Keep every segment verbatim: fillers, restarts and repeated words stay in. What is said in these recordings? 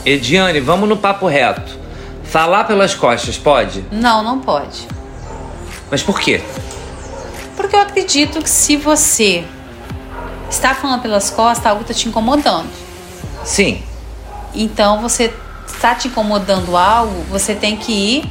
Ediane, vamos no papo reto. Falar pelas costas, pode? Não, não pode. Mas por quê? Porque eu acredito que se você está falando pelas costas, algo está te incomodando. Sim. Então, você está te incomodando algo, você tem que ir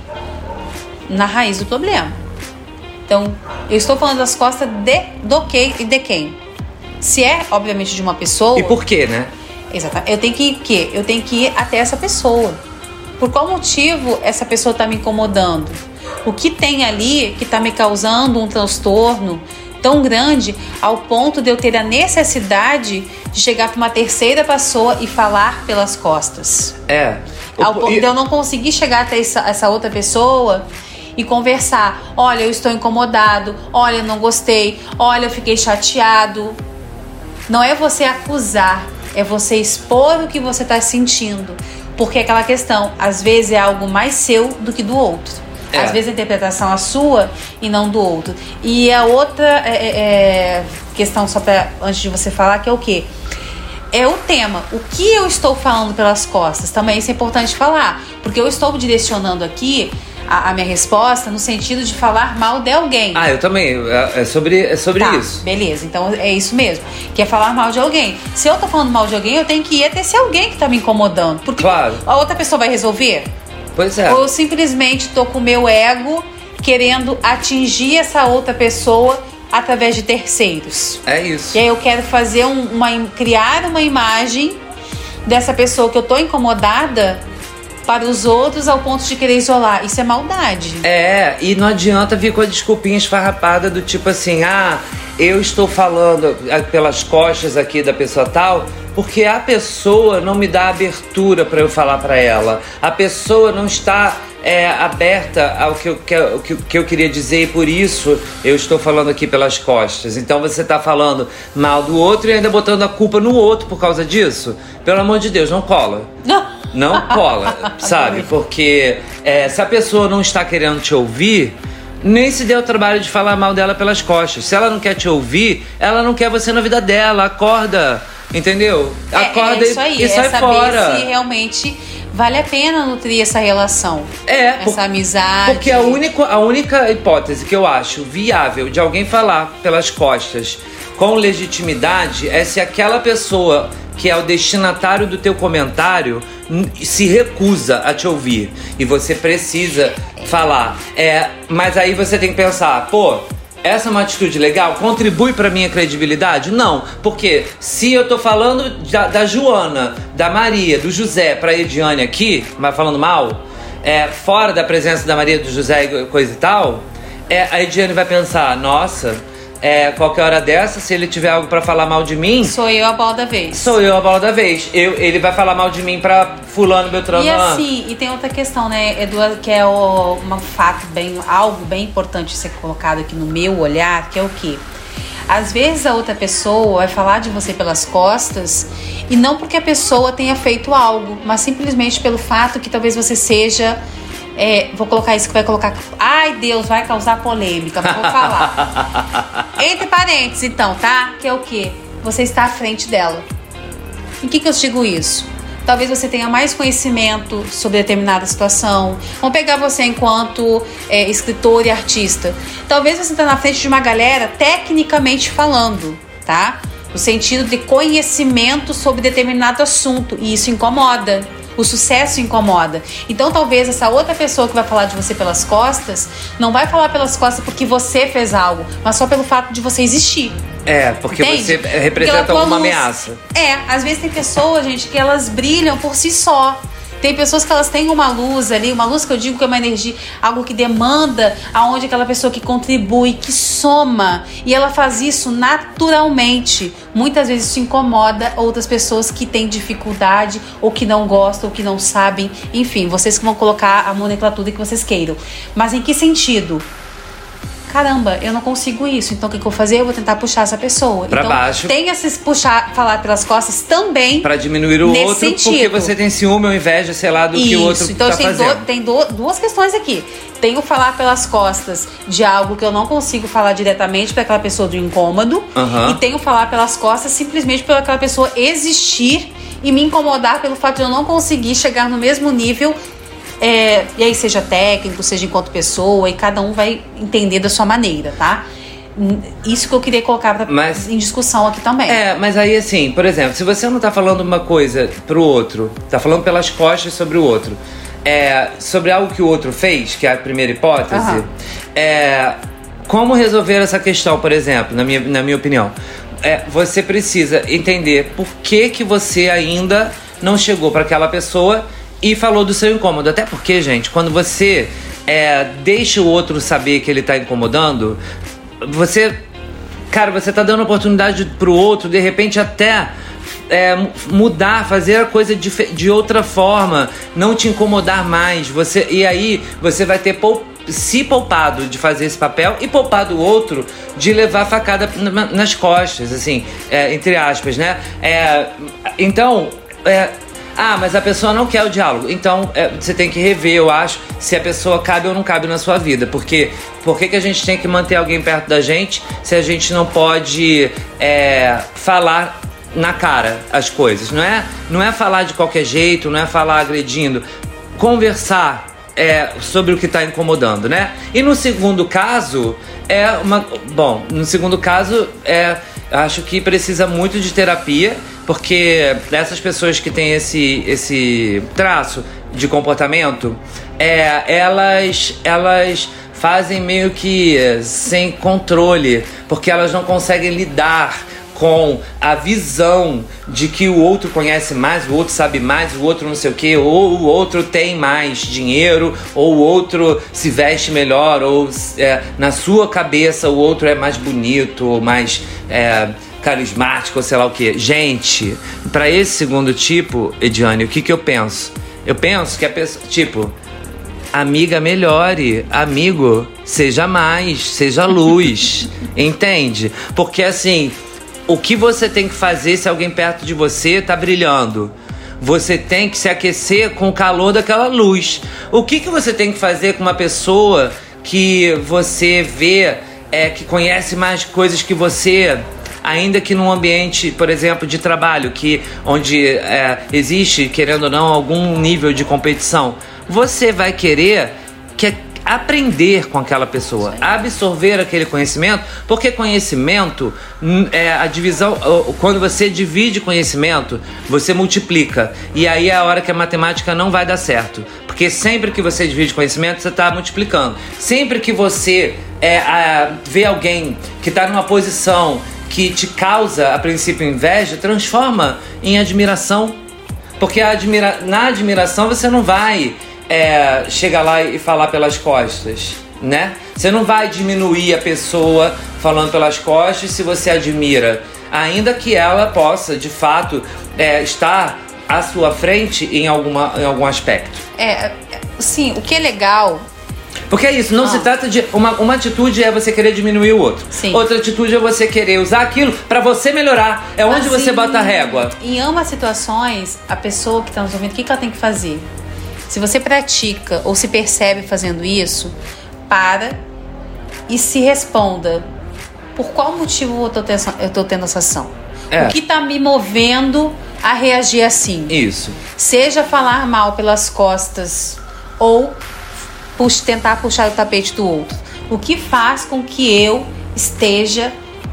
na raiz do problema. Então, eu estou falando das costas de, do que e de quem? Se é, obviamente, de uma pessoa... E por quê, né? Exatamente. Eu tenho que ir, quê? Eu tenho que ir até essa pessoa. Por qual motivo essa pessoa está me incomodando? O que tem ali que está me causando um transtorno tão grande ao ponto de eu ter a necessidade de chegar para uma terceira pessoa e falar pelas costas? É. Ao ponto de eu não conseguir chegar até essa, essa outra pessoa e conversar. Olha, eu estou incomodado. Olha, eu não gostei. Olha, eu fiquei chateado. Não é você acusar, é você expor o que você está sentindo. Porque é aquela questão, às vezes é algo mais seu do que do outro. É. Às vezes a interpretação é sua e não do outro. E a outra é, é, questão, só para antes de você falar, que é o quê? É o tema. O que eu estou falando pelas costas? Também isso é importante falar. Porque eu estou direcionando aqui a, a minha resposta no sentido de falar mal de alguém. Ah, eu também. É sobre, é sobre tá, isso. Beleza, então é isso mesmo. Que é falar mal de alguém. Se eu tô falando mal de alguém, eu tenho que ir até esse alguém que tá me incomodando. Porque claro. A outra pessoa vai resolver? Pois é. Ou eu simplesmente tô com o meu ego querendo atingir essa outra pessoa através de terceiros. É isso. E aí eu quero fazer um, uma, criar uma imagem dessa pessoa que eu tô incomodada para os outros ao ponto de querer isolar. Isso é maldade. É, e não adianta vir com a desculpinha esfarrapada do tipo assim, ah, eu estou falando pelas costas aqui da pessoa tal, porque a pessoa não me dá abertura para eu falar para ela. A pessoa não está é, aberta ao que eu, que, que eu queria dizer e por isso eu estou falando aqui pelas costas. Então você está falando mal do outro e ainda botando a culpa no outro por causa disso? Pelo amor de Deus, não cola. Não. Não cola, sabe? Porque é, se a pessoa não está querendo te ouvir, nem se dê o trabalho de falar mal dela pelas costas. Se ela não quer te ouvir, ela não quer você na vida dela. Acorda, entendeu? Acorda é, é isso aí, e, e sai é saber fora. Se realmente vale a pena nutrir essa relação. É, essa por, amizade. Porque a única, a única hipótese que eu acho viável de alguém falar pelas costas com legitimidade é se aquela pessoa que é o destinatário do teu comentário se recusa a te ouvir e você precisa falar. É, mas aí você tem que pensar, pô, essa é uma atitude legal? Contribui pra minha credibilidade? Não, porque se eu tô falando da, da Joana, da Maria, do José pra Ediane aqui, mas falando mal, é, fora da presença da Maria, do José e coisa e tal, é, a Ediane vai pensar, nossa... É, qualquer hora dessa, se ele tiver algo pra falar mal de mim... Sou eu a bola da vez. Sou eu a bola da vez. Eu, ele vai falar mal de mim pra fulano, beltrano. E assim, e tem outra questão, né, Eduardo, que é o, um fato bem... Algo bem importante ser colocado aqui no meu olhar, que é o quê? Às vezes a outra pessoa vai falar de você pelas costas e não porque a pessoa tenha feito algo, mas simplesmente pelo fato que talvez você seja... É, vou colocar isso que vai colocar... Ai, Deus, vai causar polêmica, mas vou falar. Entre parênteses, então, tá? Que é o quê? Você está à frente dela. Em que que eu digo isso? Talvez você tenha mais conhecimento sobre determinada situação. Vamos pegar você enquanto é, escritor e artista. Talvez você está na frente de uma galera tecnicamente falando, tá? No sentido de conhecimento sobre determinado assunto. E isso incomoda. O sucesso incomoda. Então talvez essa outra pessoa que vai falar de você pelas costas não vai falar pelas costas porque você fez algo, mas só pelo fato de você existir. É, porque entende? você representa alguma ameaça. É, às vezes tem pessoas, gente, que elas brilham por si só. Tem pessoas que elas têm uma luz ali, uma luz que eu digo que é uma energia, algo que demanda, aonde aquela pessoa que contribui, que soma, e ela faz isso naturalmente. Muitas vezes isso incomoda outras pessoas que têm dificuldade, ou que não gostam, ou que não sabem, enfim, vocês que vão colocar a nomenclatura que vocês queiram. Mas em que sentido? Caramba, eu não consigo isso, então o que, que eu vou fazer? Eu vou tentar puxar essa pessoa. Pra então, baixo. Tenha se puxar, falar pelas costas também. Pra diminuir o nesse outro, sentido. Porque você tem ciúme ou inveja, sei lá, do isso. que o outro Então, tá tem fazendo. Do, tem do, duas questões aqui. Tenho falar pelas costas de algo que eu não consigo falar diretamente para aquela pessoa do incômodo. Uhum. E tenho falar pelas costas simplesmente para aquela pessoa existir e me incomodar pelo fato de eu não conseguir chegar no mesmo nível, é, e aí seja técnico, seja enquanto pessoa, e cada um vai entender da sua maneira, tá? Isso que eu queria colocar pra, mas, em discussão aqui também. É, mas aí assim, por exemplo, se você não tá falando uma coisa pro outro, tá falando pelas costas sobre o outro, é, sobre algo que o outro fez, que é a primeira hipótese, uhum. é, como resolver essa questão, por exemplo, na minha, na minha opinião? É, você precisa entender por que que você ainda não chegou para aquela pessoa e falou do seu incômodo. Até porque, gente, quando você é, deixa o outro saber que ele tá incomodando, você, cara, você tá dando oportunidade pro outro, de repente até é, mudar, fazer a coisa de, de outra forma, não te incomodar mais. Você, e aí você vai ter pou, se poupado de fazer esse papel e poupado o outro de levar facada nas costas, assim, é, entre aspas, né? É, então, é, ah, mas a pessoa não quer o diálogo. Então, é, você tem que rever, eu acho, se a pessoa cabe ou não cabe na sua vida. Porque por que que a gente tem que manter alguém perto da gente se a gente não pode é, falar na cara as coisas? Não é, não é falar de qualquer jeito, não é falar agredindo. Conversar é, sobre o que está incomodando, né? E no segundo caso, é uma... Bom, no segundo caso, é, acho que precisa muito de terapia, porque essas pessoas que têm esse, esse traço de comportamento, é, elas, elas fazem meio que sem controle, porque elas não conseguem lidar com a visão de que o outro conhece mais, o outro sabe mais, o outro não sei o que, ou o outro tem mais dinheiro, ou o outro se veste melhor, ou é, na sua cabeça o outro é mais bonito, ou mais é, carismático, ou sei lá o que. Gente, pra esse segundo tipo, Ediane, o que que eu penso? Eu penso que a pessoa, tipo, amiga, melhore, amigo, seja mais, seja luz, entende? Porque assim, o que você tem que fazer se alguém perto de você tá brilhando? Você tem que se aquecer com o calor daquela luz. O que que você tem que fazer com uma pessoa que você vê, é, que conhece mais coisas que você, ainda que num ambiente, por exemplo, de trabalho, que, onde é, existe, querendo ou não, algum nível de competição? Você vai querer que aprender com aquela pessoa, absorver aquele conhecimento, porque conhecimento é a divisão. Quando você divide conhecimento, você multiplica, e aí é a hora que a matemática não vai dar certo, porque sempre que você divide conhecimento, você está multiplicando. Sempre que você é, a, vê alguém que está numa posição que te causa a princípio inveja, transforma em admiração, porque a admira... na admiração você não vai É, chegar lá e falar pelas costas, né? Você não vai diminuir a pessoa falando pelas costas se você admira, ainda que ela possa, de fato, é, estar à sua frente em, alguma, em algum aspecto. É, sim, o que é legal... Porque é isso, não ah. se trata de... Uma, uma atitude é você querer diminuir o outro. Sim. Outra atitude é você querer usar aquilo pra você melhorar. É onde assim, você bota a régua. Em ambas situações, a pessoa que está nos ouvindo, o que, que ela tem que fazer? Se você pratica ou se percebe fazendo isso, para e se responda: por qual motivo eu tô tendo, eu tô tendo essa ação? É. O que está me movendo a reagir assim? Isso. Seja falar mal pelas costas ou pux, tentar puxar o tapete do outro. O que faz com que eu esteja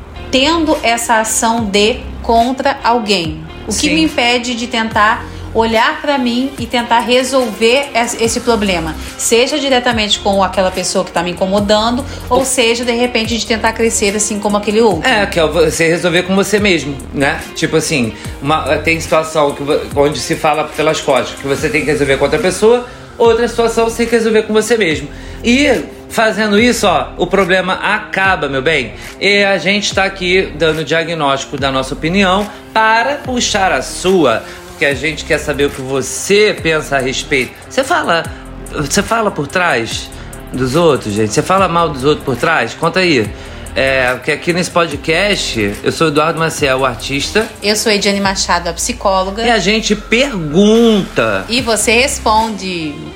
tendo essa ação de contra alguém? O que Sim. me impede de tentar olhar para mim e tentar resolver esse problema, seja diretamente com aquela pessoa que tá me incomodando, ou seja, de repente, de tentar crescer assim como aquele outro. É, que é você resolver com você mesmo, né? Tipo assim, uma, tem situação que, onde se fala pelas costas que você tem que resolver com outra pessoa, outra situação você tem que resolver com você mesmo. E fazendo isso, ó, o problema acaba, meu bem. E a gente tá aqui dando o diagnóstico da nossa opinião para puxar a sua, que a gente quer saber o que você pensa a respeito. Você fala, você fala por trás dos outros, gente? Você fala mal dos outros por trás? Conta aí. É, porque aqui nesse podcast, eu sou Eduardo Maciel, o artista. Eu sou Ediane Machado, a psicóloga. E a gente pergunta. E você responde.